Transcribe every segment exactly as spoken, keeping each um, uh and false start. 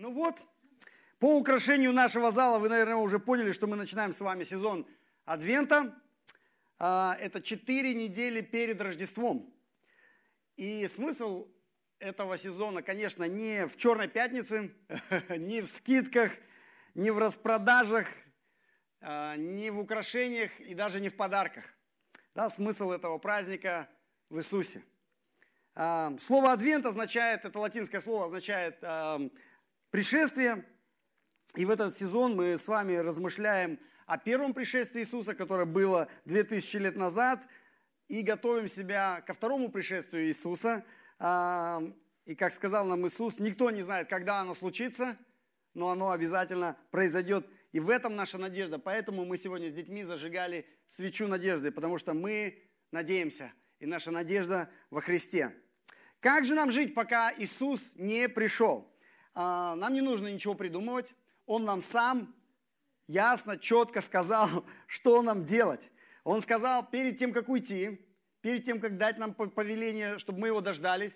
Ну вот, по украшению нашего зала вы, наверное, уже поняли, что мы начинаем с вами сезон Адвента. Это четыре недели перед Рождеством. И смысл этого сезона, конечно, не в Черной пятнице, не в скидках, не в распродажах, не в украшениях и даже не в подарках. Да, смысл этого праздника в Иисусе. Слово «адвент» означает, это латинское слово означает пришествие. И в этот сезон мы с вами размышляем о первом пришествии Иисуса, которое было две тысячи лет назад, и готовим себя ко второму пришествию Иисуса. И как сказал нам Иисус, никто не знает, когда оно случится, но оно обязательно произойдет. И в этом наша надежда. Поэтому мы сегодня с детьми зажигали свечу надежды, потому что мы надеемся, и наша надежда во Христе. Как же нам жить, пока Иисус не пришел? Нам не нужно ничего придумывать. Он нам сам ясно, четко сказал, что нам делать. Он сказал, перед тем, как уйти, перед тем, как дать нам повеление, чтобы мы его дождались.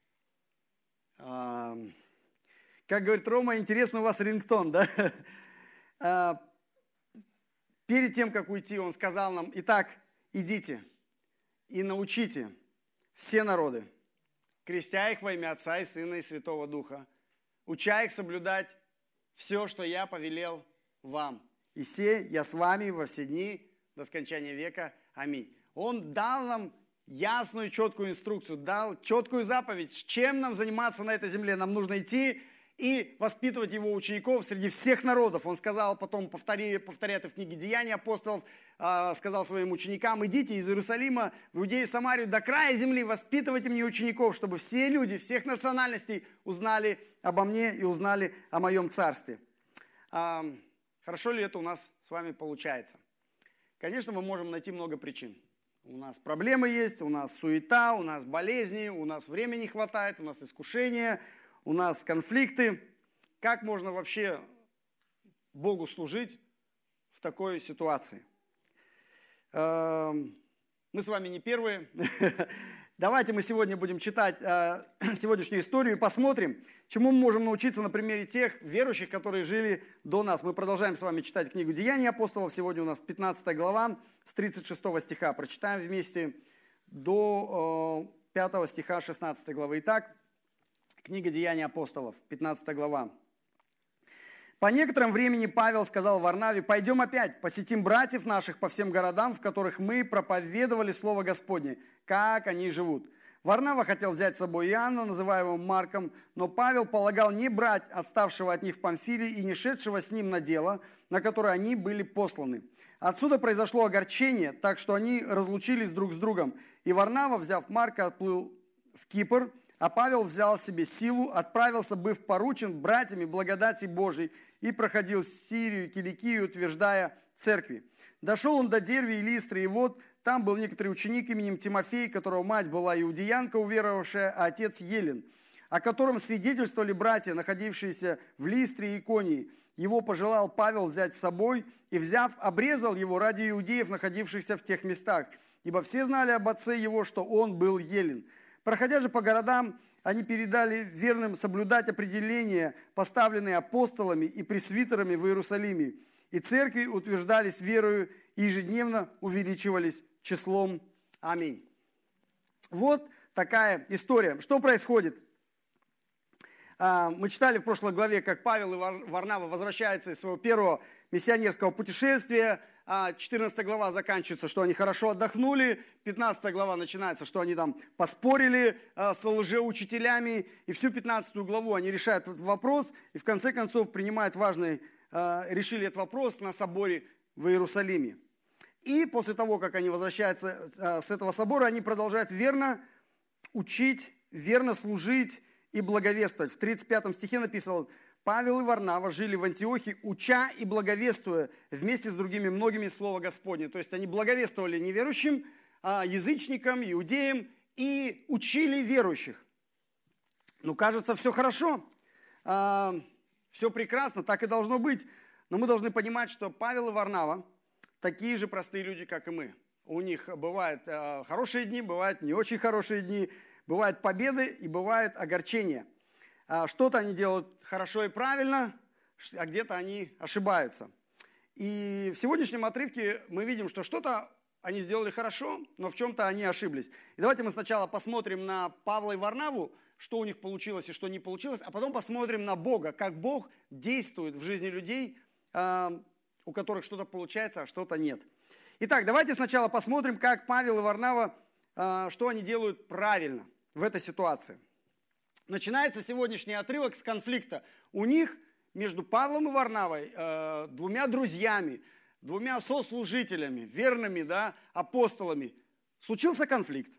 Как говорит Рома, интересно у вас рингтон, да? Перед тем, как уйти, он сказал нам, итак, идите и научите все народы, крестя их во имя Отца и Сына и Святого Духа, уча их соблюдать все, что я повелел вам. И се я с вами во все дни до скончания века. Аминь. Он дал нам ясную, четкую инструкцию, дал четкую заповедь, с чем нам заниматься на этой земле. Нам нужно идти и воспитывать его учеников среди всех народов. Он сказал, потом повтори, повторяет в книге «Деяния апостолов», э, сказал своим ученикам, идите из Иерусалима в Иудею и Самарию до края земли, воспитывайте мне учеников, чтобы все люди, всех национальностей узнали обо мне и узнали о моем царстве. Э, хорошо ли это у нас с вами получается? Конечно, мы можем найти много причин. У нас проблемы есть, у нас суета, у нас болезни, у нас времени не хватает, у нас искушения, у нас конфликты. Как можно вообще Богу служить в такой ситуации? Мы с вами не первые. Давайте мы сегодня будем читать сегодняшнюю историю и посмотрим, чему мы можем научиться на примере тех верующих, которые жили до нас. Мы продолжаем с вами читать книгу «Деяния апостолов». Сегодня у нас пятнадцатая глава с тридцать шестого стиха. Прочитаем вместе до пятого стиха шестнадцатой главы. Итак, книга «Деяния апостолов», пятнадцатая глава. «По некоторому времени Павел сказал Варнаве, пойдем опять, посетим братьев наших по всем городам, в которых мы проповедовали Слово Господне, как они живут. Варнава хотел взять с собой Иоанна, называемого Марком, но Павел полагал не брать отставшего от них в Памфилии и не шедшего с ним на дело, на которое они были посланы. Отсюда произошло огорчение, так что они разлучились друг с другом. И Варнава, взяв Марка, отплыл в Кипр, а Павел взял себе силу, отправился, быв поручен братьями благодати Божией, и проходил Сирию и Киликию, утверждая церкви. Дошел он до Дервии и Листры, и вот там был некоторый ученик именем Тимофей, которого мать была иудеянка, уверовавшая, а отец Елен, о котором свидетельствовали братья, находившиеся в Листре и Иконии. Его пожелал Павел взять с собой, и, взяв, обрезал его ради иудеев, находившихся в тех местах, ибо все знали об отце его, что он был Елен. Проходя же по городам, они передали верным соблюдать определения, поставленные апостолами и пресвитерами в Иерусалиме. И церкви утверждались верою и ежедневно увеличивались числом. Аминь. Вот такая история. Что происходит? Мы читали в прошлой главе, как Павел и Варнава возвращаются из своего первого миссионерского путешествия. четырнадцатая глава заканчивается, что они хорошо отдохнули. пятнадцатая глава начинается, что они там поспорили с лжеучителями. И всю пятнадцатую главу они решают этот вопрос. И в конце концов принимают важный, решили этот вопрос на соборе в Иерусалиме. И после того, как они возвращаются с этого собора, они продолжают верно учить, верно служить и благовествовать. В тридцать пятом стихе написано: Павел и Варнава жили в Антиохии, уча и благовествуя вместе с другими многими Слово Господне. То есть они благовествовали неверующим, язычникам, иудеям и учили верующих. Ну, кажется, все хорошо, все прекрасно, так и должно быть. Но мы должны понимать, что Павел и Варнава такие же простые люди, как и мы. У них бывают хорошие дни, бывают не очень хорошие дни, бывают победы и бывают огорчения. Что-то они делают хорошо и правильно, а где-то они ошибаются. И в сегодняшнем отрывке мы видим, что что-то они сделали хорошо, но в чем-то они ошиблись. И давайте мы сначала посмотрим на Павла и Варнаву, что у них получилось и что не получилось, а потом посмотрим на Бога, как Бог действует в жизни людей, у которых что-то получается, а что-то нет. Итак, давайте сначала посмотрим, как Павел и Варнава, что они делают правильно в этой ситуации. Начинается сегодняшний отрывок с конфликта. У них между Павлом и Варнавой, двумя друзьями, двумя сослужителями, верными, да, апостолами, случился конфликт.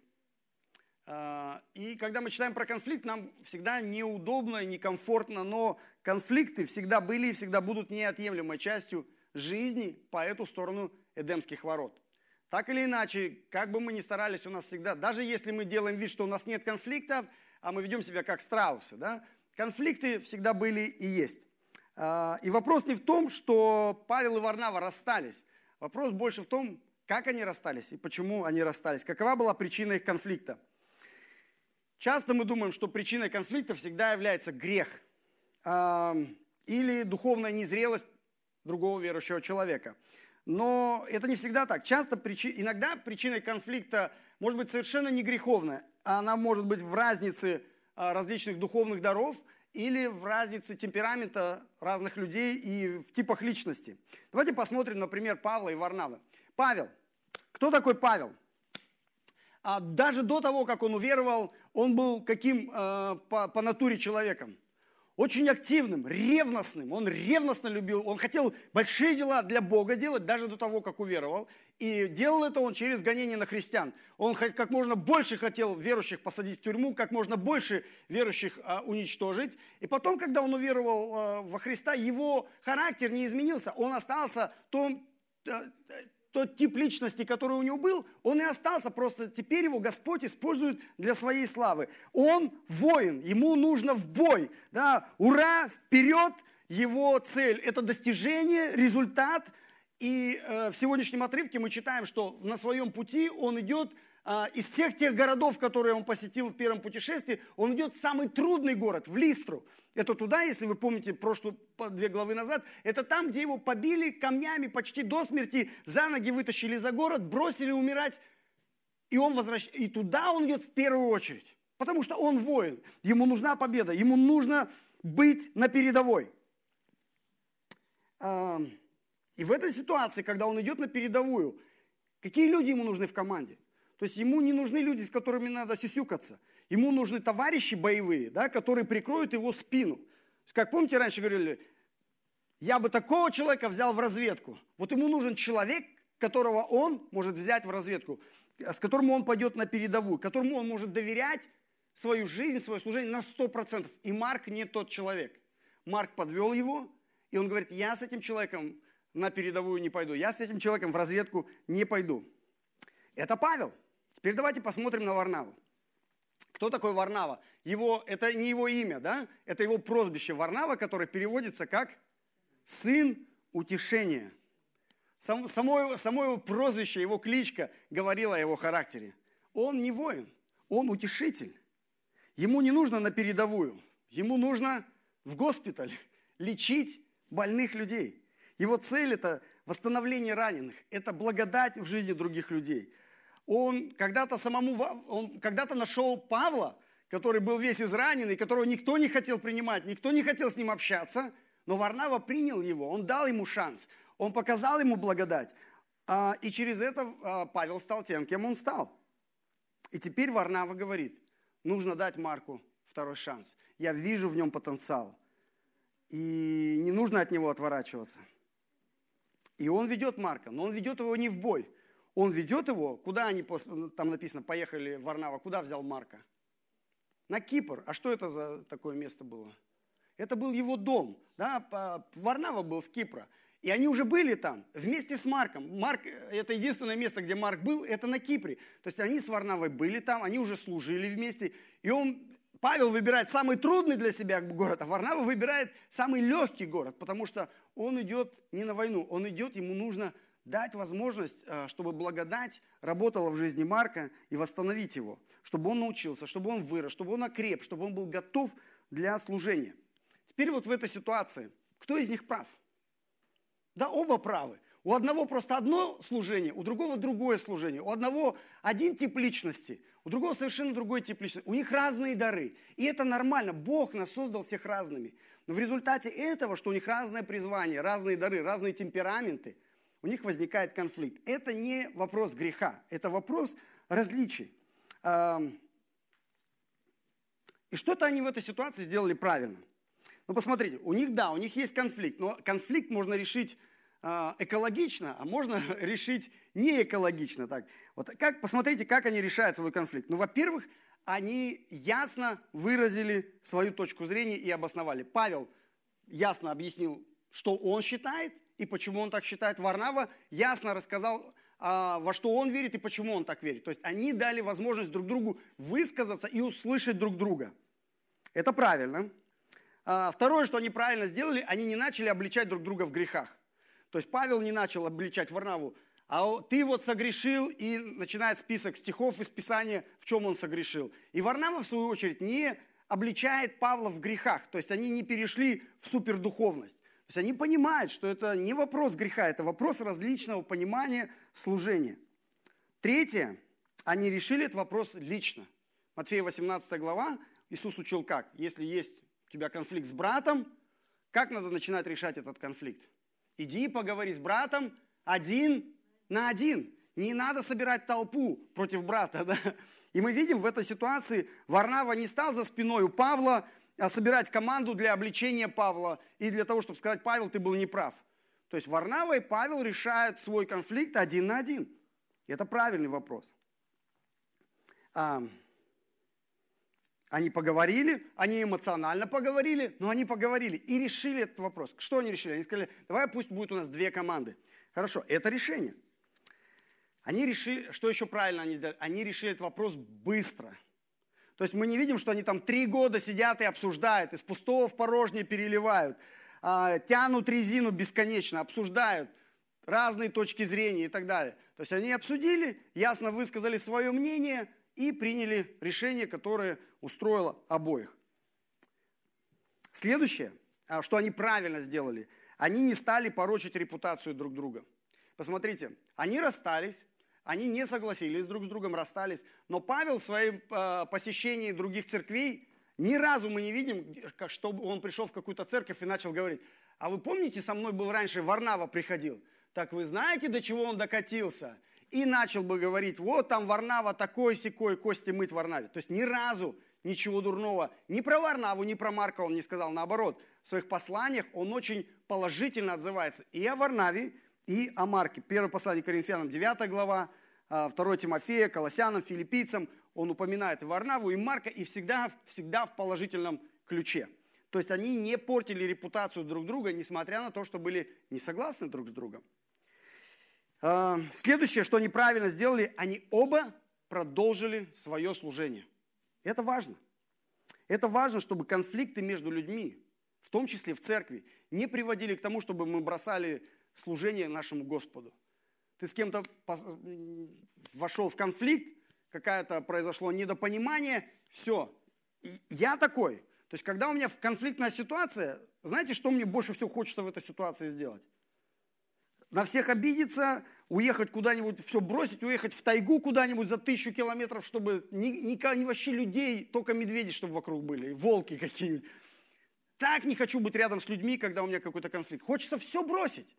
И когда мы читаем про конфликт, нам всегда неудобно и некомфортно, но конфликты всегда были и всегда будут неотъемлемой частью жизни по эту сторону Эдемских ворот. Так или иначе, как бы мы ни старались, у нас всегда, даже если мы делаем вид, что у нас нет конфликтов, а мы ведем себя как страусы, да, конфликты всегда были и есть. И вопрос не в том, что Павел и Варнава расстались. Вопрос больше в том, как они расстались и почему они расстались. Какова была причина их конфликта. Часто мы думаем, что причиной конфликта всегда является грех или духовная незрелость другого верующего человека. Но это не всегда так. Часто, причи... иногда причиной конфликта может быть совершенно не греховная. Она может быть в разнице различных духовных даров или в разнице темперамента разных людей и в типах личности. Давайте посмотрим, например, Павла и Варнавы. Павел. Кто такой Павел? А даже до того, как он уверовал, он был каким э, по, по натуре человеком? Очень активным, ревностным. Он ревностно любил, он хотел большие дела для Бога делать, даже до того, как уверовал. И делал это он через гонение на христиан. Он как можно больше хотел верующих посадить в тюрьму, как можно больше верующих а, уничтожить. И потом, когда он уверовал а, во Христа, его характер не изменился. Он остался том... Тот тип личности, который у него был, он и остался, просто теперь его Господь использует для своей славы. Он воин, ему нужно в бой, да, ура, вперед, его цель – это достижение, результат. И э, в сегодняшнем отрывке мы читаем, что на своем пути он идет э, из всех тех городов, которые он посетил в первом путешествии, он идет в самый трудный город, в Листру. Это туда, если вы помните прошлые две главы назад, это там, где его побили камнями почти до смерти, за ноги вытащили за город, бросили умирать, и он возвращ... и туда он идет в первую очередь, потому что он воин, ему нужна победа, ему нужно быть на передовой. И в этой ситуации, когда он идет на передовую, какие люди ему нужны в команде? То есть ему не нужны люди, с которыми надо сюсюкаться. Ему нужны товарищи боевые, да, которые прикроют его спину. Как помните, раньше говорили, я бы такого человека взял в разведку. Вот ему нужен человек, которого он может взять в разведку, с которым он пойдет на передовую, которому он может доверять свою жизнь, свое служение на сто процентов. И Марк не тот человек. Марк подвел его, и он говорит, я с этим человеком на передовую не пойду, я с этим человеком в разведку не пойду. Это Павел. Теперь давайте посмотрим на Варнаву. Кто такой Варнава? Его, это не его имя, да? Это его прозвище Варнава, которое переводится как «сын утешения». Сам, само, само его прозвище, его кличка говорила о его характере. Он не воин, он утешитель. Ему не нужно на передовую, ему нужно в госпиталь лечить больных людей. Его цель – это восстановление раненых, это благодать в жизни других людей. Он когда-то самому, он когда-то нашел Павла, который был весь израненный, которого никто не хотел принимать, никто не хотел с ним общаться, но Варнава принял его, он дал ему шанс, он показал ему благодать. И через это Павел стал тем, кем он стал. И теперь Варнава говорит, нужно дать Марку второй шанс. Я вижу в нем потенциал, и не нужно от него отворачиваться. И он ведет Марка, но он ведет его не в бой. Он ведет его, куда они, там написано, поехали в Варнава, куда взял Марка? На Кипр. А что это за такое место было? Это был его дом. Да? Варнава был с Кипра. И они уже были там, вместе с Марком. Марк, это единственное место, где Марк был, это на Кипре. То есть они с Варнавой были там, они уже служили вместе. И он, Павел выбирает самый трудный для себя город, а Варнава выбирает самый легкий город, потому что он идет не на войну, он идет, ему нужно дать возможность, чтобы благодать работала в жизни Марка и восстановить его, чтобы он научился, чтобы он вырос, чтобы он окреп, чтобы он был готов для служения. Теперь вот в этой ситуации, кто из них прав? Да, оба правы. У одного просто одно служение, у другого другое служение. У одного один тип личности, у другого совершенно другой тип личности. У них разные дары. И это нормально. Бог нас создал всех разными. Но в результате этого, что у них разное призвание, разные дары, разные темпераменты, у них возникает конфликт. Это не вопрос греха, это вопрос различий. И что-то они в этой ситуации сделали правильно. Ну, посмотрите, у них, да, у них есть конфликт, но конфликт можно решить экологично, а можно решить не экологично. Так. Вот как, посмотрите, как они решают свой конфликт. Ну, во-первых, они ясно выразили свою точку зрения и обосновали. Павел ясно объяснил, что он считает и почему он так считает. Варнава ясно рассказал, во что он верит и почему он так верит. То есть они дали возможность друг другу высказаться и услышать друг друга. Это правильно. Второе, что они правильно сделали, они не начали обличать друг друга в грехах. То есть Павел не начал обличать Варнаву, а ты вот согрешил, и начинает список стихов из Писания, в чем он согрешил. И Варнава, в свою очередь, не обличает Павла в грехах. То есть они не перешли в супердуховность. То есть они понимают, что это не вопрос греха, это вопрос различного понимания служения. Третье, они решили этот вопрос лично. Матфея восемнадцатая глава, Иисус учил как? Если есть у тебя конфликт с братом, как надо начинать решать этот конфликт? Иди поговори с братом один на один. Не надо собирать толпу против брата. Да? И мы видим в этой ситуации, Варнава не стал за спиной у Павла собирать команду для обличения Павла и для того, чтобы сказать: Павел, ты был неправ. То есть Варнава и Павел решают свой конфликт один на один. И это правильный вопрос. Они поговорили, они эмоционально поговорили, но они поговорили и решили этот вопрос. Что они решили? Они сказали: давай пусть будет у нас две команды. Хорошо, это решение. Они решили, что еще правильно они сделали? Они решили этот вопрос быстро. То есть мы не видим, что они там три года сидят и обсуждают, из пустого в порожнее переливают, тянут резину бесконечно, обсуждают разные точки зрения и так далее. То есть они обсудили, ясно высказали свое мнение и приняли решение, которое устроило обоих. Следующее, что они правильно сделали, они не стали порочить репутацию друг друга. Посмотрите, они расстались, они не согласились друг с другом, расстались, но Павел в своем э, посещении других церквей, ни разу мы не видим, чтобы он пришел в какую-то церковь и начал говорить: а вы помните, со мной был раньше Варнава приходил? Так вы знаете, до чего он докатился? И начал бы говорить: вот там Варнава такой-сякой, кости мыть Варнаве. То есть ни разу ничего дурного ни про Варнаву, ни про Марка он не сказал. Наоборот, в своих посланиях он очень положительно отзывается и о Варнаве, и о Марке. Первое послание Коринфянам, девятая глава, второе Тимофея, Колоссянам, Филиппийцам. Он упоминает и Варнаву, и Марка, и всегда, всегда в положительном ключе. То есть они не портили репутацию друг друга, несмотря на то, что были не согласны друг с другом. Следующее, что они правильно сделали, они оба продолжили свое служение. Это важно. Это важно, чтобы конфликты между людьми, в том числе в церкви, не приводили к тому, чтобы мы бросали служение нашему Господу. Ты с кем-то вошел в конфликт, какое-то произошло недопонимание, все. И я такой. То есть, когда у меня конфликтная ситуация, знаете, что мне больше всего хочется в этой ситуации сделать? На всех обидеться, уехать куда-нибудь, все бросить, уехать в тайгу куда-нибудь за тысячу километров, чтобы ни, ни, ни вообще людей, только медведи, чтобы вокруг были, волки какие-нибудь. Так не хочу быть рядом с людьми, когда у меня какой-то конфликт. Хочется все бросить.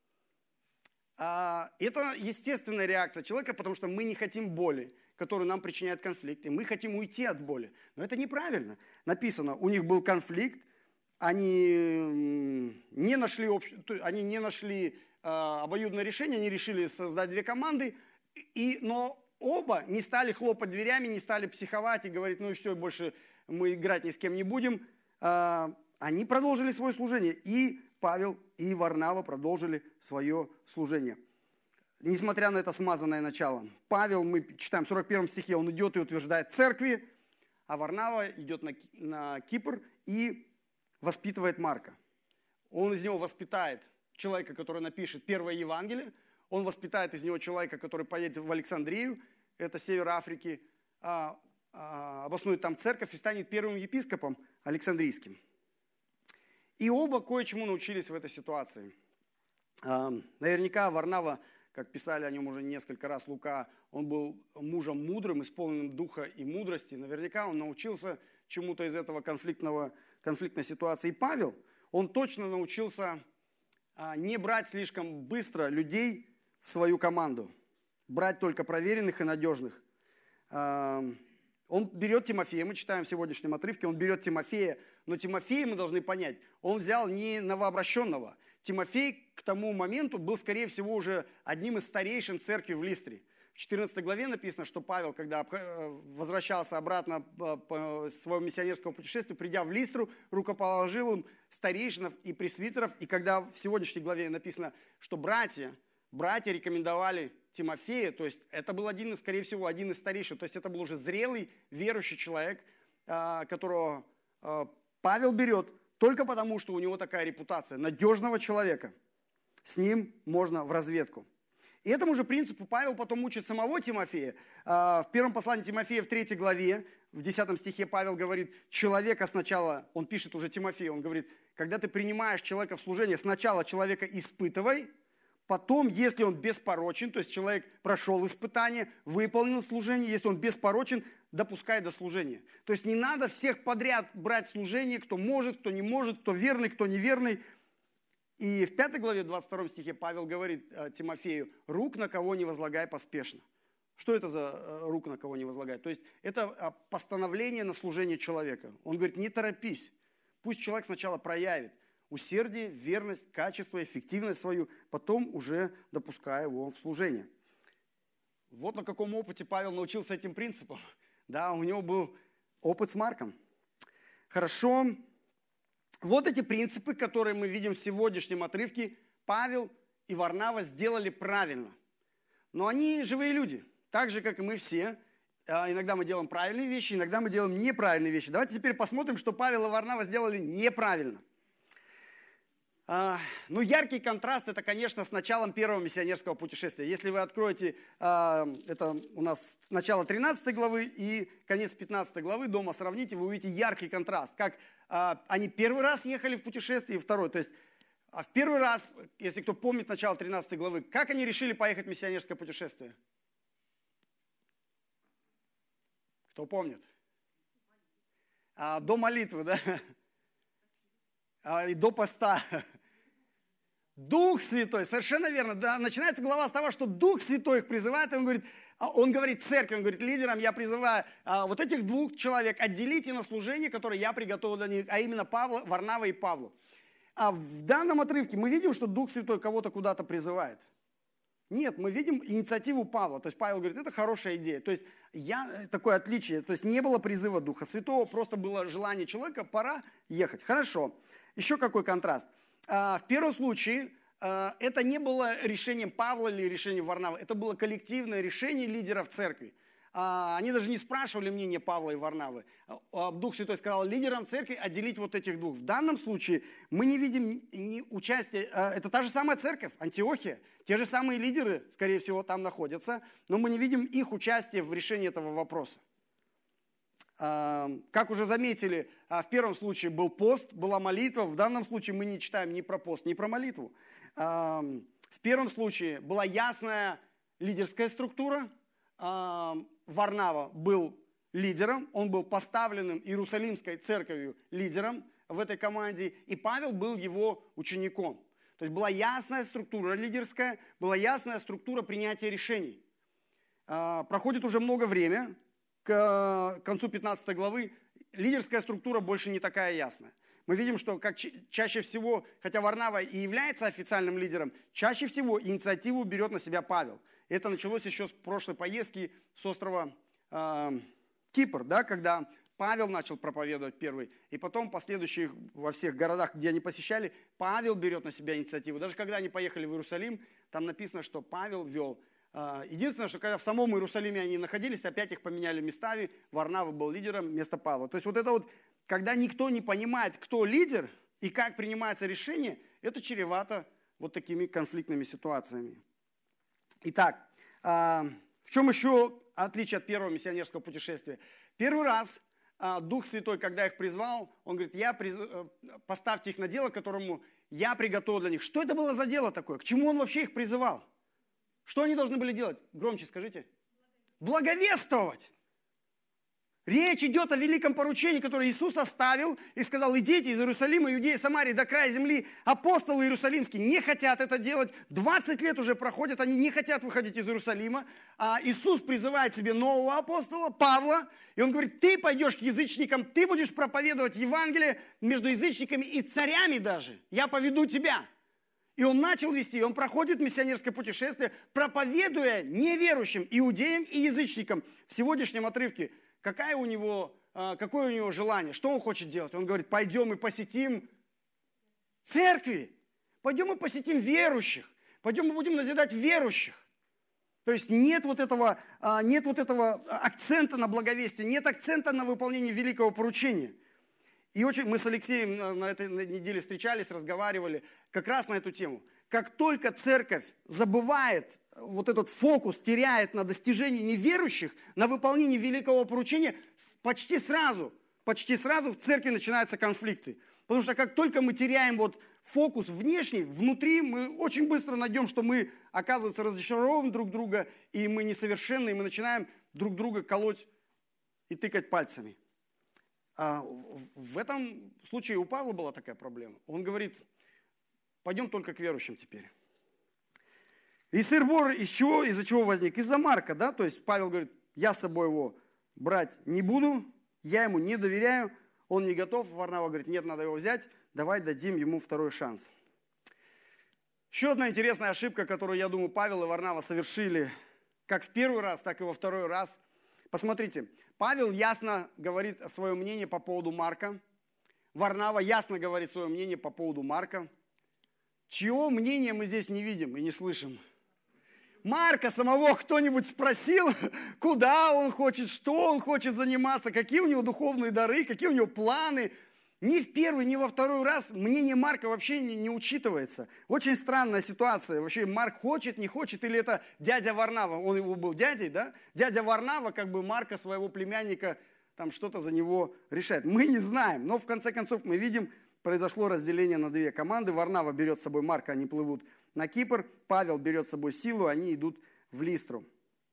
А, это естественная реакция человека, потому что мы не хотим боли, которую нам причиняет конфликт, и мы хотим уйти от боли. Но это неправильно. Написано, у них был конфликт, они не нашли, общ... они не нашли э, обоюдное решение, они решили создать две команды, и... но оба не стали хлопать дверями, не стали психовать и говорить: ну и все, больше мы играть ни с кем не будем. Э, они продолжили свое служение, и Павел и Варнава продолжили свое служение. Несмотря на это смазанное начало. Павел, мы читаем в сорок первом стихе, он идет и утверждает церкви, а Варнава идет на, на Кипр и воспитывает Марка. Он из него воспитает человека, который напишет первое Евангелие, он воспитает из него человека, который поедет в Александрию, это север Африки, обоснует там церковь и станет первым епископом Александрийским. И оба кое-чему научились в этой ситуации. Наверняка Варнава, как писали о нем уже несколько раз Лука, он был мужем мудрым, исполненным духа и мудрости. Наверняка он научился чему-то из этого конфликтного, конфликтной ситуации. И Павел, он точно научился не брать слишком быстро людей в свою команду, брать только проверенных и надежных. Он берет Тимофея, мы читаем в сегодняшнем отрывке, он берет Тимофея, но Тимофея, мы должны понять, он взял не новообращенного. Тимофей к тому моменту был, скорее всего, уже одним из старейшин церкви в Листре. В четырнадцатой главе написано, что Павел, когда возвращался обратно по своему миссионерскому путешествию, придя в Листру, рукоположил им старейшинов и пресвитеров. И когда в сегодняшней главе написано, что братья, братья рекомендовали Тимофея, то есть это был один из, скорее всего, один из старейшин, то есть это был уже зрелый, верующий человек, которого Павел берет только потому, что у него такая репутация надежного человека. С ним можно в разведку. И этому же принципу Павел потом учит самого Тимофея. В первом послании Тимофея в третьей главе, в десятом стихе Павел говорит, человека сначала, он пишет уже Тимофею, он говорит, когда ты принимаешь человека в служение, сначала человека испытывай, потом, если он беспорочен, то есть человек прошел испытание, выполнил служение, если он беспорочен, допускай до служения. То есть не надо всех подряд брать служение, кто может, кто не может, кто верный, кто неверный. И в пятой главе, двадцать втором стихе Павел говорит Тимофею, рук на кого не возлагай поспешно. Что это за рук на кого не возлагай? То есть это постановление на служение человека. Он говорит, не торопись, пусть человек сначала проявит усердие, верность, качество, эффективность свою, потом уже допуская его в служение. Вот на каком опыте Павел научился этим принципам. Да, у него был опыт с Марком. Хорошо. Вот эти принципы, которые мы видим в сегодняшнем отрывке, Павел и Варнава сделали правильно. Но они живые люди, так же, как и мы все. Иногда мы делаем правильные вещи, иногда мы делаем неправильные вещи. Давайте теперь посмотрим, что Павел и Варнава сделали неправильно. Ну, яркий контраст – это, конечно, с началом первого миссионерского путешествия. Если вы откроете, это у нас начало тринадцатой главы и конец пятнадцатой главы, дома сравните, вы увидите яркий контраст. Как они первый раз ехали в путешествие и второй. То есть в первый раз, если кто помнит начало тринадцатой главы, как они решили поехать в миссионерское путешествие? Кто помнит? До молитвы, да? И до поста. Дух Святой, совершенно верно. Да, начинается глава с того, что Дух Святой их призывает, и он говорит, он говорит церкви, он говорит лидерам, я призываю а, вот этих двух человек отделите на служение, которое я приготовил для них, а именно Павла, Варнава и Павлу. А в данном отрывке мы видим, что Дух Святой кого-то куда-то призывает. Нет, мы видим инициативу Павла. То есть Павел говорит, это хорошая идея. То есть я, такое отличие, то есть не было призыва Духа Святого, просто было желание человека, пора ехать. Хорошо. Еще какой контраст. В первом случае это не было решением Павла или решением Варнавы, это было коллективное решение лидеров церкви. Они даже не спрашивали мнение Павла и Варнавы. Дух Святой сказал лидерам церкви отделить вот этих двух. В данном случае мы не видим участия, это та же самая церковь, Антиохия, те же самые лидеры, скорее всего, там находятся, но мы не видим их участия в решении этого вопроса. Как уже заметили, в первом случае был пост, была молитва. В данном случае мы не читаем ни про пост, ни про молитву. В первом случае была ясная лидерская структура. Варнава был лидером, он был поставленным Иерусалимской церковью лидером в этой команде, и Павел был его учеником. То есть была ясная структура лидерская, была ясная структура принятия решений. Проходит уже много времени. К концу пятнадцатой главы лидерская структура больше не такая ясная. Мы видим, что как чаще всего, хотя Варнава и является официальным лидером, чаще всего инициативу берет на себя Павел. Это началось еще с прошлой поездки с острова э, Кипр, да, когда Павел начал проповедовать первый, и потом последующих во всех городах, где они посещали, Павел берет на себя инициативу. Даже когда они поехали в Иерусалим, там написано, что Павел вел. Единственное, что когда в самом Иерусалиме они находились, опять их поменяли местами, Варнава был лидером вместо Павла. То есть вот это вот, когда никто не понимает, кто лидер и как принимается решение, это чревато вот такими конфликтными ситуациями. Итак, в чем еще отличие от первого миссионерского путешествия? Первый раз а, Дух Святой, когда их призвал, он говорит, я приз... поставьте их на дело, которому я приготовил для них. Что это было за дело такое? К чему он вообще их призывал? Что они должны были делать? Громче скажите. Благовествовать. Речь идет о великом поручении, которое Иисус оставил и сказал, идите из Иерусалима, Иудеи, Самарии до края земли. Апостолы иерусалимские не хотят это делать. двадцать лет уже проходят, они не хотят выходить из Иерусалима. А Иисус призывает себе нового апостола, Павла, и он говорит, ты пойдешь к язычникам, ты будешь проповедовать Евангелие между язычниками и царями даже. Я поведу тебя. И он начал вести, и он проходит миссионерское путешествие, проповедуя неверующим иудеям и язычникам. В сегодняшнем отрывке какая у него, какое у него желание, что он хочет делать? Он говорит, пойдем и посетим церкви, пойдем и посетим верующих, пойдем и будем назидать верующих. То есть нет вот этого, нет вот этого акцента на благовестие, нет акцента на выполнение великого поручения. И очень мы с Алексеем на этой неделе встречались, разговаривали как раз на эту тему. Как только церковь забывает вот этот фокус, теряет на достижении неверующих, на выполнении великого поручения, почти сразу, почти сразу в церкви начинаются конфликты. Потому что как только мы теряем вот фокус внешний, внутри мы очень быстро найдем, что мы, оказывается, разочаровываем друг друга, и мы несовершенны, и мы начинаем друг друга колоть и тыкать пальцами. А в этом случае у Павла была такая проблема. Он говорит, пойдем только к верующим теперь. И сыр-бор из чего, из-за чего возник? Из-за Марка, да? То есть Павел говорит, я с собой его брать не буду, я ему не доверяю, он не готов. Варнава говорит, нет, надо его взять, давай дадим ему второй шанс. Еще одна интересная ошибка, которую, я думаю, Павел и Варнава совершили как в первый раз, так и во второй раз. Посмотрите, Павел ясно говорит свое мнение по поводу Марка, Варнава ясно говорит свое мнение по поводу Марка. Чье мнение мы здесь не видим и не слышим? Марка самого кто-нибудь спросил, куда он хочет, что он хочет заниматься, какие у него духовные дары, какие у него планы. Ни в первый, ни во второй раз мнение Марка вообще не, не учитывается. Очень странная ситуация. Вообще Марк хочет, не хочет, или это дядя Варнава, он его был дядей, да? Дядя Варнава как бы Марка, своего племянника, там что-то за него решает. Мы не знаем, но в конце концов мы видим, произошло разделение на две команды. Варнава берет с собой Марка, они плывут на Кипр. Павел берет с собой Силу, они идут в Листру.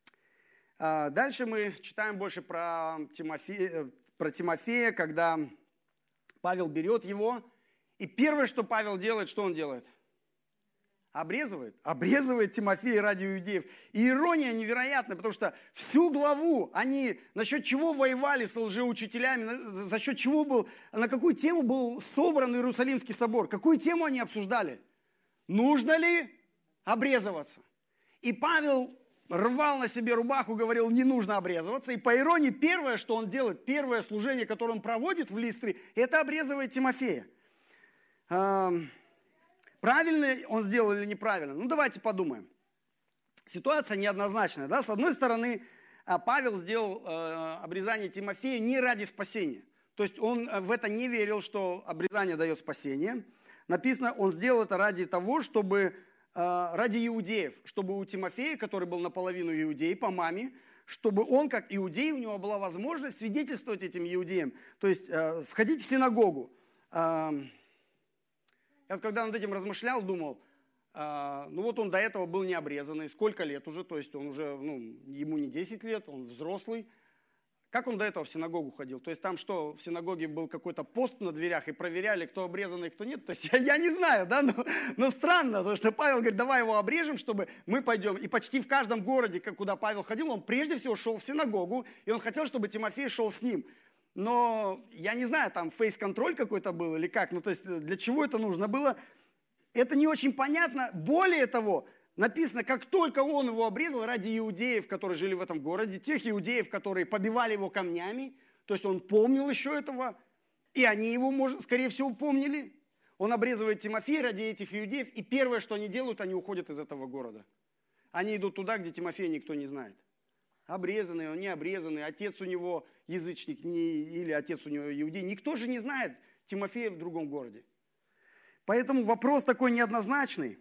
Дальше мы читаем больше про Тимофея, про Тимофея, когда Павел берет его. И первое, что Павел делает, что он делает? Обрезывает. Обрезывает Тимофея ради иудеев. И ирония невероятная, потому что всю главу они насчет чего воевали с лжеучителями, за счет чего был, на какую тему был собран Иерусалимский собор, какую тему они обсуждали? Нужно ли обрезываться? И Павел рвал на себе рубаху, говорил, не нужно обрезываться. И по иронии, первое, что он делает, первое служение, которое он проводит в Листре, это обрезывает Тимофея. Правильно он сделал или неправильно? Ну, давайте подумаем. Ситуация неоднозначная. Да? С одной стороны, Павел сделал э, обрезание Тимофея не ради спасения. То есть он в это не верил, что обрезание дает спасение. Написано, он сделал это ради того, чтобы, э, ради иудеев, чтобы у Тимофея, который был наполовину иудей по маме, чтобы он, как иудей, у него была возможность свидетельствовать этим иудеям. То есть э, входить в синагогу. Э, Я вот когда над этим размышлял, думал, э, ну вот он до этого был не обрезанный, сколько лет уже, то есть он уже, ну, ему не десять лет, он взрослый. Как он до этого в синагогу ходил? То есть там что, в синагоге был какой-то пост на дверях и проверяли, кто обрезанный, кто нет? То есть я, я не знаю, да, но, но странно, потому что Павел говорит, давай его обрежем, чтобы мы пойдем. И почти в каждом городе, куда Павел ходил, он прежде всего шел в синагогу, и он хотел, чтобы Тимофей шел с ним. Но я не знаю, там фейс-контроль какой-то был или как, ну то есть для чего это нужно было, это не очень понятно. Более того, написано, как только он его обрезал ради иудеев, которые жили в этом городе, тех иудеев, которые побивали его камнями, то есть он помнил еще этого, и они его, может, скорее всего, помнили. Он обрезывает Тимофея ради этих иудеев, и первое, что они делают, они уходят из этого города. Они идут туда, где Тимофея никто не знает. Обрезанный, он не обрезанный, отец у него язычник не, или отец у него иудей. Никто же не знает Тимофея в другом городе. Поэтому вопрос такой неоднозначный.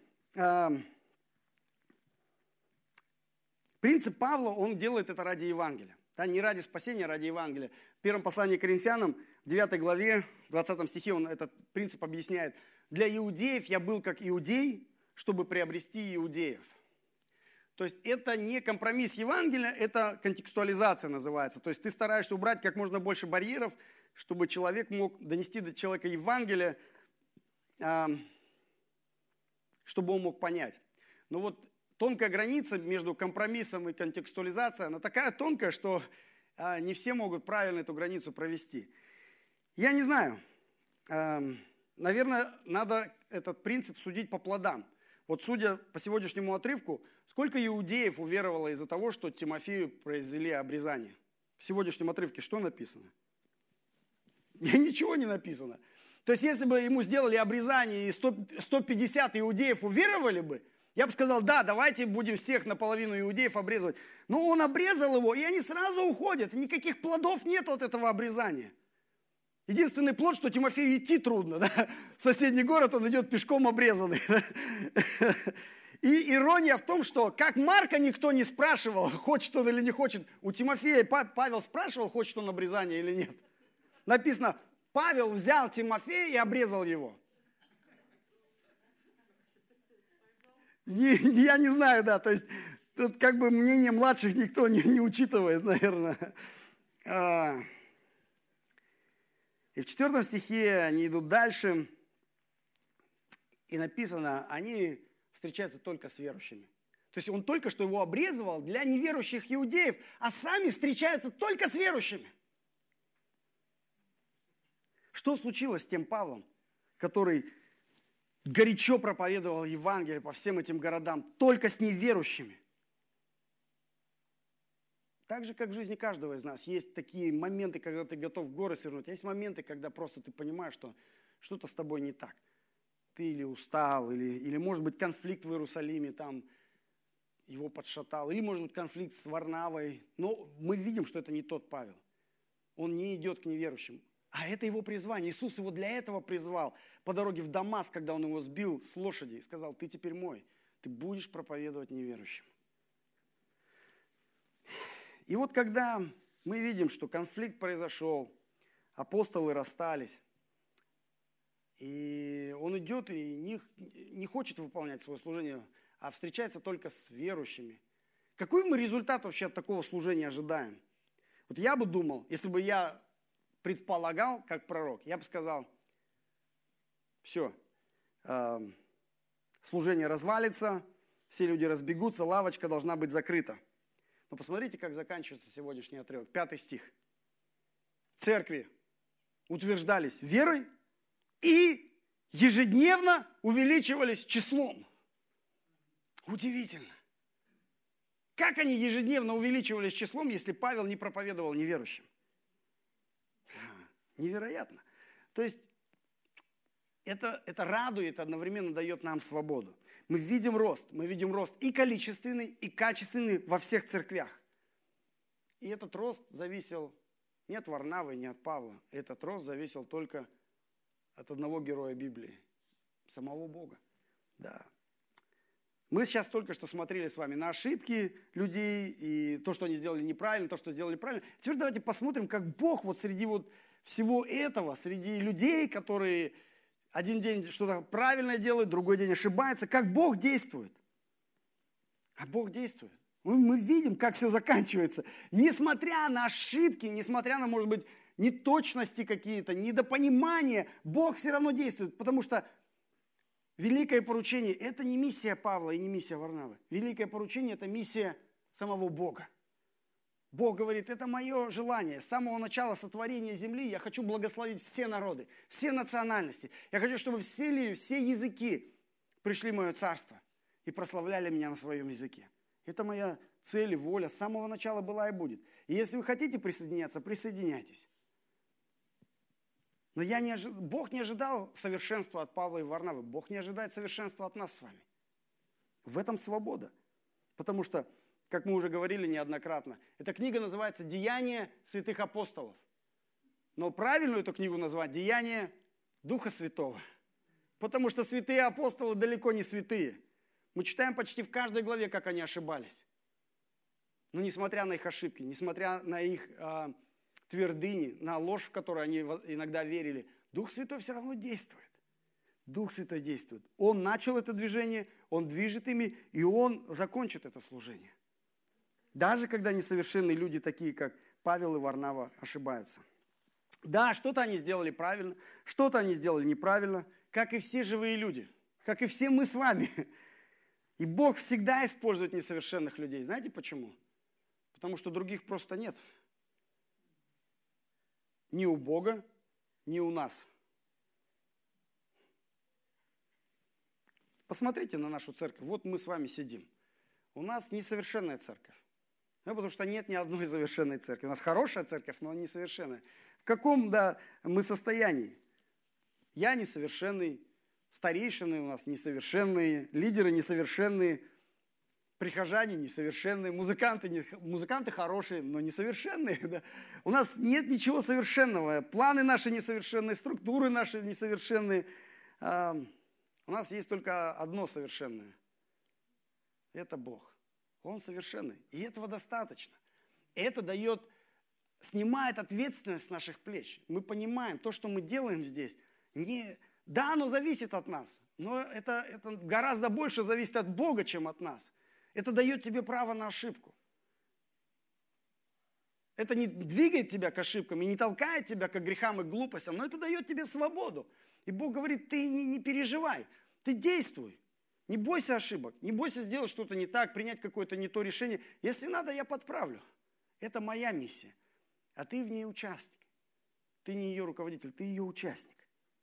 Принцип Павла, он делает это ради Евангелия. Да, не ради спасения, а ради Евангелия. В первом послании к Коринфянам, в девятой главе, в двадцатом стихе он этот принцип объясняет. Для иудеев я был как иудей, чтобы приобрести иудеев. То есть это не компромисс Евангелия, это контекстуализация называется. То есть ты стараешься убрать как можно больше барьеров, чтобы человек мог донести до человека Евангелие, чтобы он мог понять. Но вот тонкая граница между компромиссом и контекстуализацией, она такая тонкая, что не все могут правильно эту границу провести. Я не знаю. Наверное, надо этот принцип судить по плодам. Вот судя по сегодняшнему отрывку, сколько иудеев уверовало из-за того, что Тимофею произвели обрезание? В сегодняшнем отрывке что написано? Ничего не написано. То есть, если бы ему сделали обрезание и сто пятьдесят иудеев уверовали бы, я бы сказал, да, давайте будем всех наполовину иудеев обрезывать. Но он обрезал его, и они сразу уходят. И никаких плодов нет от этого обрезания. Единственный плод, что Тимофею идти трудно. Да? В соседний город он идет пешком обрезанный. Да? И ирония в том, что как Марка никто не спрашивал, хочет он или не хочет. У Тимофея Павел спрашивал, хочет он обрезания или нет. Написано, Павел взял Тимофея и обрезал его. Не, я не знаю, да, то есть тут как бы мнение младших никто не, не учитывает, наверное. И в четвертом стихе они идут дальше, и написано, они встречаются только с верующими. То есть он только что его обрезывал для неверующих иудеев, а сами встречаются только с верующими. Что случилось с тем Павлом, который горячо проповедовал Евангелие по всем этим городам, только с неверующими? Так же, как в жизни каждого из нас, есть такие моменты, когда ты готов горы свернуть, есть моменты, когда просто ты понимаешь, что что-то с тобой не так. Ты или устал, или, или может быть конфликт в Иерусалиме, там его подшатал, или может быть конфликт с Варнавой. Но мы видим, что это не тот Павел. Он не идет к неверующим. А это его призвание. Иисус его для этого призвал по дороге в Дамаск, когда он его сбил с лошади и сказал, ты теперь мой, ты будешь проповедовать неверующим. И вот когда мы видим, что конфликт произошел, апостолы расстались, и он идет и не, не хочет выполнять свое служение, а встречается только с верующими. Какой мы результат вообще от такого служения ожидаем? Вот я бы думал, если бы я предполагал, как пророк, я бы сказал, все, э, служение развалится, все люди разбегутся, лавочка должна быть закрыта. Но посмотрите, как заканчивается сегодняшний отрывок. Пятый стих. Церкви утверждались верой и ежедневно увеличивались числом. Удивительно. Как они ежедневно увеличивались числом, если Павел не проповедовал неверующим? Невероятно. То есть это, это радует, одновременно дает нам свободу. Мы видим рост, мы видим рост и количественный, и качественный во всех церквях. И этот рост зависел не от Варнавы, не от Павла. Этот рост зависел только от одного героя Библии, самого Бога. Да. Мы сейчас только что смотрели с вами на ошибки людей, и то, что они сделали неправильно, то, что сделали правильно. Теперь давайте посмотрим, как Бог вот среди вот всего этого, среди людей, которые один день что-то правильное делают, другой день ошибаются, как Бог действует. А Бог действует. Мы, мы видим, как все заканчивается. Несмотря на ошибки, несмотря на, может быть, неточности какие-то, недопонимания, Бог все равно действует, потому что великое поручение – это не миссия Павла и не миссия Варнавы. Великое поручение – это миссия самого Бога. Бог говорит, это мое желание. С самого начала сотворения земли я хочу благословить все народы, все национальности. Я хочу, чтобы все люди, все языки пришли в мое царство и прославляли меня на своем языке. Это моя цель и воля с самого начала была и будет. И если вы хотите присоединяться, присоединяйтесь. Но я не ожид... Бог не ожидал совершенства от Павла и Варнавы. Бог не ожидает совершенства от нас с вами. В этом свобода. Потому что, как мы уже говорили неоднократно, эта книга называется «Деяния святых апостолов». Но правильную эту книгу назвать «Деяния Духа Святого». Потому что святые апостолы далеко не святые. Мы читаем почти в каждой главе, как они ошибались. Но несмотря на их ошибки, несмотря на их э, твердыни, на ложь, в которую они иногда верили, Дух Святой все равно действует. Дух Святой действует. Он начал это движение, Он движет ими, и Он закончит это служение. Даже когда несовершенные люди, такие как Павел и Варнава, ошибаются. Да, что-то они сделали правильно, что-то они сделали неправильно, как и все живые люди, как и все мы с вами. И Бог всегда использует несовершенных людей. Знаете почему? Потому что других просто нет. Ни у Бога, ни у нас. Посмотрите на нашу церковь. Вот мы с вами сидим. У нас несовершенная церковь. Ну, потому что нет ни одной совершенной церкви. У нас хорошая церковь, но несовершенная. В каком, да, мы состоянии? Я несовершенный, старейшины у нас несовершенные, лидеры несовершенные, прихожане несовершенные, музыканты, не, музыканты хорошие, но несовершенные. Да? У нас нет ничего совершенного. Планы наши несовершенные, структуры наши несовершенные. А, у нас есть только одно совершенное. Это Бог. Он совершенный. И этого достаточно. Это дает, снимает ответственность с наших плеч. Мы понимаем, то, что мы делаем здесь, не, да, оно зависит от нас, но это, это гораздо больше зависит от Бога, чем от нас. Это дает тебе право на ошибку. Это не двигает тебя к ошибкам и не толкает тебя к грехам и глупостям, но это дает тебе свободу. И Бог говорит, ты не, не переживай, ты действуй. Не бойся ошибок, не бойся сделать что-то не так, принять какое-то не то решение. Если надо, я подправлю. Это моя миссия. А ты в ней участник. Ты не ее руководитель, ты ее участник.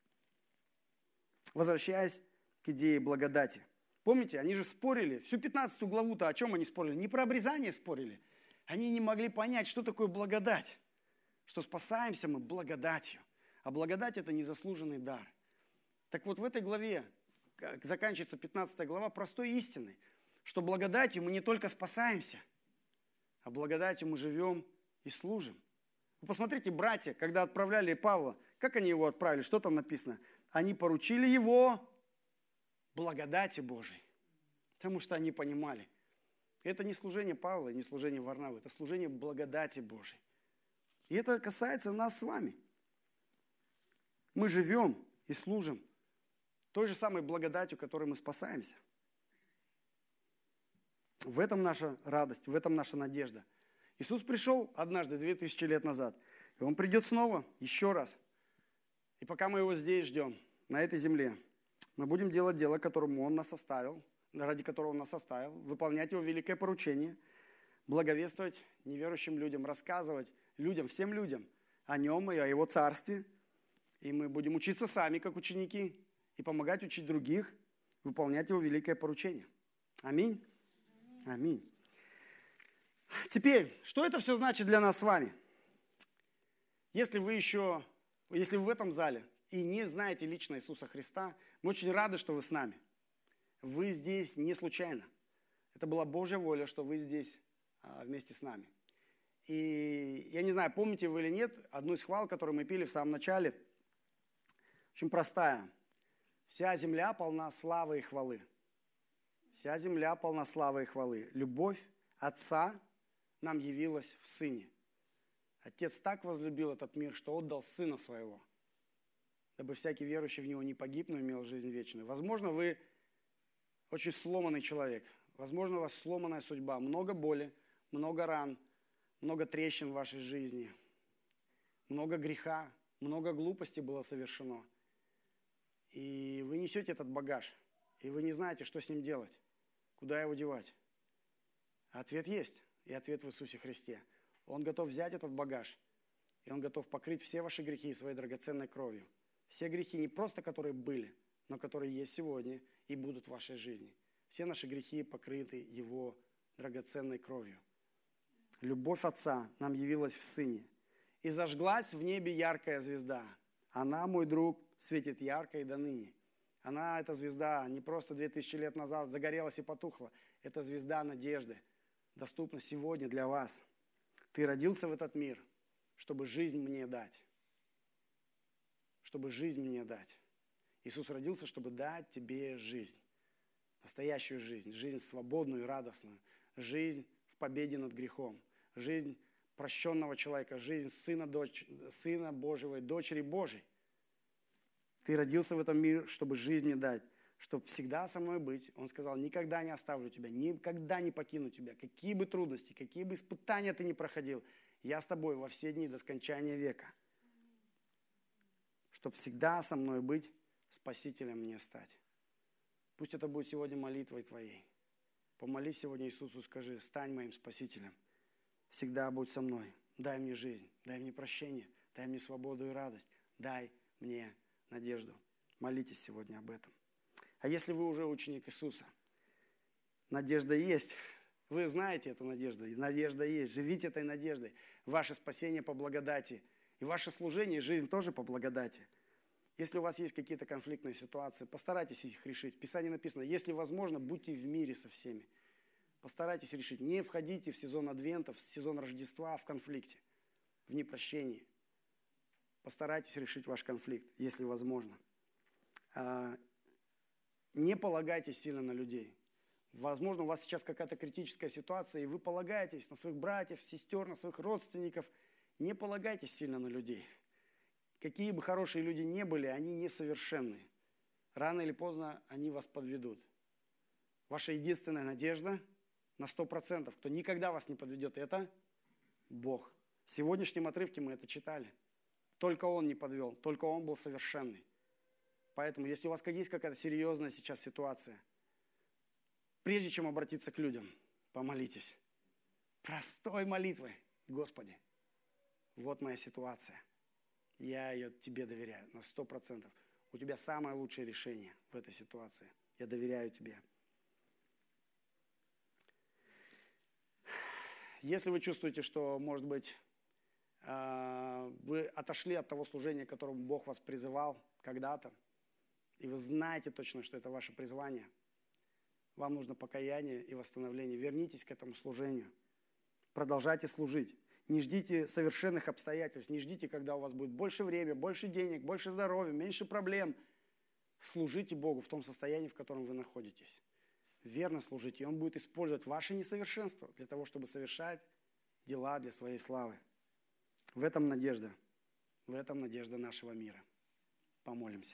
Возвращаясь к идее благодати. Помните, они же спорили, всю пятнадцатую главу-то о чем они спорили? Не про обрезание спорили. Они не могли понять, что такое благодать. Что спасаемся мы благодатью. А благодать – это незаслуженный дар. Так вот, в этой главе, заканчивается пятнадцатая глава простой истиной, что благодатью мы не только спасаемся, а благодатью мы живем и служим. Вы посмотрите, братья, когда отправляли Павла, как они его отправили, что там написано? Они поручили его благодати Божией, потому что они понимали. Это не служение Павла, не служение Варнавы, это служение благодати Божией. И это касается нас с вами. Мы живем и служим той же самой благодатью, которой мы спасаемся. В этом наша радость, в этом наша надежда. Иисус пришел однажды, две тысячи лет назад, и Он придет снова, еще раз. И пока мы Его здесь ждем, на этой земле, мы будем делать дело, которому Он нас оставил, ради которого Он нас оставил, выполнять Его великое поручение, благовествовать неверующим людям, рассказывать людям, всем людям о Нем и о Его Царстве. И мы будем учиться сами, как ученики, и помогать учить других, выполнять Его великое поручение. Аминь. Аминь. Теперь, что это все значит для нас с вами? Если вы еще, если вы в этом зале и не знаете лично Иисуса Христа, мы очень рады, что вы с нами. Вы здесь не случайно. Это была Божья воля, что вы здесь а, вместе с нами. И я не знаю, помните вы или нет, одну из хвал, которую мы пели в самом начале, очень простая. Вся земля полна славы и хвалы. Вся земля полна славы и хвалы. Любовь Отца нам явилась в Сыне. Отец так возлюбил этот мир, что отдал Сына Своего, дабы всякий верующий в Него не погиб, но имел жизнь вечную. Возможно, вы очень сломанный человек. Возможно, у вас сломанная судьба. Много боли, много ран, много трещин в вашей жизни, много греха, много глупости было совершено. И вы несете этот багаж, и вы не знаете, что с ним делать, куда его девать. Ответ есть, и ответ в Иисусе Христе. Он готов взять этот багаж, и Он готов покрыть все ваши грехи своей драгоценной кровью. Все грехи не просто, которые были, но которые есть сегодня и будут в вашей жизни. Все наши грехи покрыты Его драгоценной кровью. Любовь Отца нам явилась в Сыне. И зажглась в небе яркая звезда. Она, мой друг, светит ярко и до ныне. Она, эта звезда, не просто две тысячи лет назад загорелась и потухла. Это звезда надежды, доступна сегодня для вас. Ты родился в этот мир, чтобы жизнь мне дать. Чтобы жизнь мне дать. Иисус родился, чтобы дать тебе жизнь. Настоящую жизнь. Жизнь свободную и радостную. Жизнь в победе над грехом. Жизнь прощенного человека, жизнь сына, дочь, сына Божьего и дочери Божьей. Ты родился в этом мире, чтобы жизнь мне дать, чтобы всегда со мной быть. Он сказал, никогда не оставлю тебя, никогда не покину тебя. Какие бы трудности, какие бы испытания ты ни проходил, я с тобой во все дни до скончания века. Чтобы всегда со мной быть, Спасителем мне стать. Пусть это будет сегодня молитвой твоей. Помолись сегодня Иисусу, скажи, стань моим Спасителем. Всегда будь со мной. Дай мне жизнь, дай мне прощение, дай мне свободу и радость. Дай мне надежду. Молитесь сегодня об этом. А если вы уже ученик Иисуса, надежда есть. Вы знаете эту надежду. Надежда есть. Живите этой надеждой. Ваше спасение по благодати. И ваше служение, и жизнь тоже по благодати. Если у вас есть какие-то конфликтные ситуации, постарайтесь их решить. В Писании написано, если возможно, будьте в мире со всеми. Постарайтесь решить. Не входите в сезон Адвента, в сезон Рождества в конфликте, в непрощении. Постарайтесь решить ваш конфликт, если возможно. Не полагайтесь сильно на людей. Возможно, у вас сейчас какая-то критическая ситуация, и вы полагаетесь на своих братьев, сестер, на своих родственников. Не полагайтесь сильно на людей. Какие бы хорошие люди ни были, они несовершенны. Рано или поздно они вас подведут. Ваша единственная надежда на сто процентов, кто никогда вас не подведет, это Бог. В сегодняшнем отрывке мы это читали. Только Он не подвел, только Он был совершенный. Поэтому, если у вас есть какая-то серьезная сейчас ситуация, прежде чем обратиться к людям, помолитесь. Простой молитвой. Господи, вот моя ситуация. Я ее тебе доверяю на сто процентов. У тебя самое лучшее решение в этой ситуации. Я доверяю тебе. Если вы чувствуете, что, может быть, вы отошли от того служения, к которому Бог вас призывал когда-то, и вы знаете точно, что это ваше призвание, вам нужно покаяние и восстановление. Вернитесь к этому служению. Продолжайте служить. Не ждите совершенных обстоятельств. Не ждите, когда у вас будет больше времени, больше денег, больше здоровья, меньше проблем. Служите Богу в том состоянии, в котором вы находитесь. Верно служите. И Он будет использовать ваше несовершенство для того, чтобы совершать дела для своей славы. В этом надежда. В этом надежда нашего мира. Помолимся.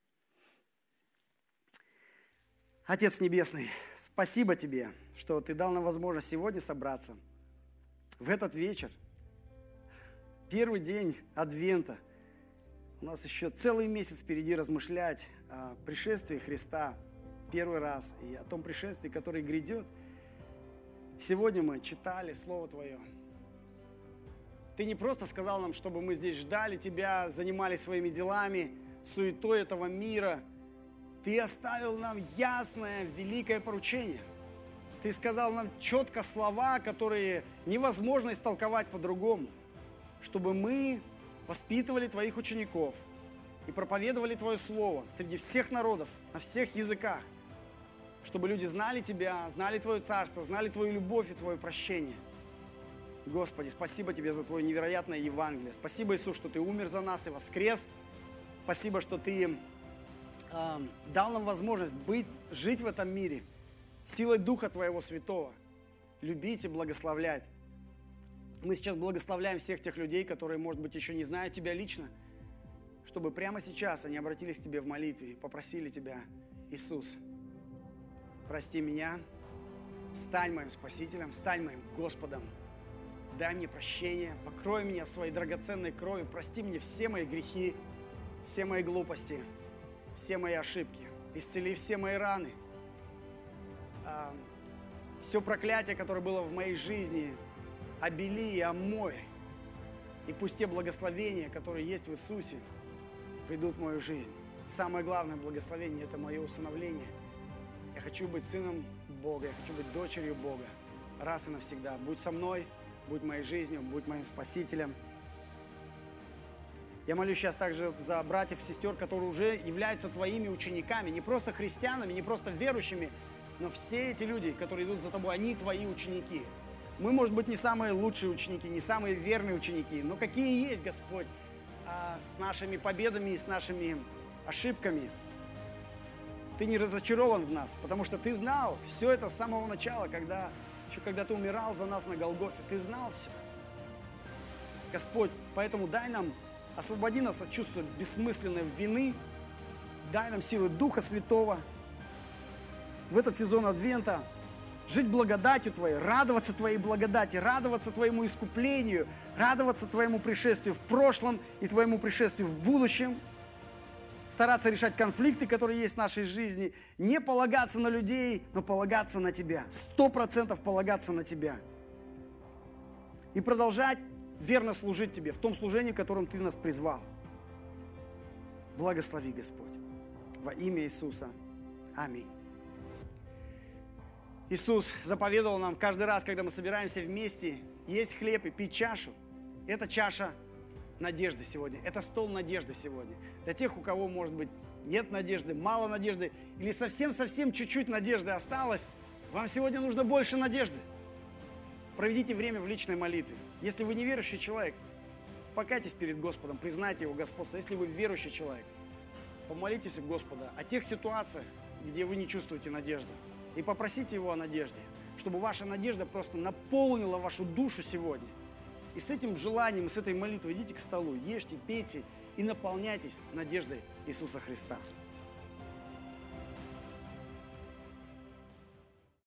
Отец Небесный, спасибо Тебе, что Ты дал нам возможность сегодня собраться в этот вечер, первый день Адвента. У нас еще целый месяц впереди размышлять о пришествии Христа первый раз и о том пришествии, которое грядет. Сегодня мы читали Слово Твое. Ты не просто сказал нам, чтобы мы здесь ждали Тебя, занимались своими делами, суетой этого мира. Ты оставил нам ясное, великое поручение. Ты сказал нам четко слова, которые невозможно истолковать по-другому, чтобы мы воспитывали Твоих учеников и проповедовали Твое Слово среди всех народов, на всех языках, чтобы люди знали Тебя, знали Твое Царство, знали Твою любовь и Твое прощение. Господи, спасибо Тебе за Твое невероятное Евангелие. Спасибо, Иисус, что Ты умер за нас и воскрес. Спасибо, что Ты дал нам возможность быть, жить в этом мире силой Духа Твоего Святого, любить и благословлять. Мы сейчас благословляем всех тех людей, которые, может быть, еще не знают Тебя лично, чтобы прямо сейчас они обратились к Тебе в молитве и попросили Тебя: Иисус, прости меня, стань моим Спасителем, стань моим Господом, дай мне прощение, покрой меня своей драгоценной кровью, прости мне все мои грехи, все мои глупости, все мои ошибки, исцели все мои раны, а, все проклятие, которое было в моей жизни, обели и омой, и пусть те благословения, которые есть в Иисусе, придут в мою жизнь. Самое главное благословение – это мое усыновление. Я хочу быть сыном Бога, я хочу быть дочерью Бога раз и навсегда. Будь со мной, будь моей жизнью, будь моим Спасителем. Я молюсь сейчас также за братьев и сестер, которые уже являются Твоими учениками, не просто христианами, не просто верующими, но все эти люди, которые идут за Тобой, они Твои ученики. Мы, может быть, не самые лучшие ученики, не самые верные ученики, но какие есть, Господь, с нашими победами и с нашими ошибками. Ты не разочарован в нас, потому что Ты знал все это с самого начала, когда еще когда Ты умирал за нас на Голгофе, Ты знал все. Господь, поэтому дай нам, освободи нас от чувства бессмысленной вины, дай нам силы Духа Святого в этот сезон Адвента жить благодатью Твоей, радоваться Твоей благодати, радоваться Твоему искуплению, радоваться Твоему пришествию в прошлом и Твоему пришествию в будущем, стараться решать конфликты, которые есть в нашей жизни, не полагаться на людей, но полагаться на Тебя, сто процентов полагаться на Тебя и продолжать верно служить Тебе в том служении, в котором Ты нас призвал. Благослови, Господь, во имя Иисуса. Аминь. Иисус заповедовал нам каждый раз, когда мы собираемся вместе, есть хлеб и пить чашу. Это чаша надежды сегодня, это стол надежды сегодня. Для тех, у кого, может быть, нет надежды, мало надежды, или совсем-совсем чуть-чуть надежды осталось, вам сегодня нужно больше надежды. Проведите время в личной молитве. Если вы не верующий человек, покайтесь перед Господом, признайте Его господство. Если вы верующий человек, помолитесь у Господа о тех ситуациях, где вы не чувствуете надежды. И попросите Его о надежде, чтобы ваша надежда просто наполнила вашу душу сегодня. И с этим желанием, с этой молитвой идите к столу, ешьте, пейте и наполняйтесь надеждой Иисуса Христа.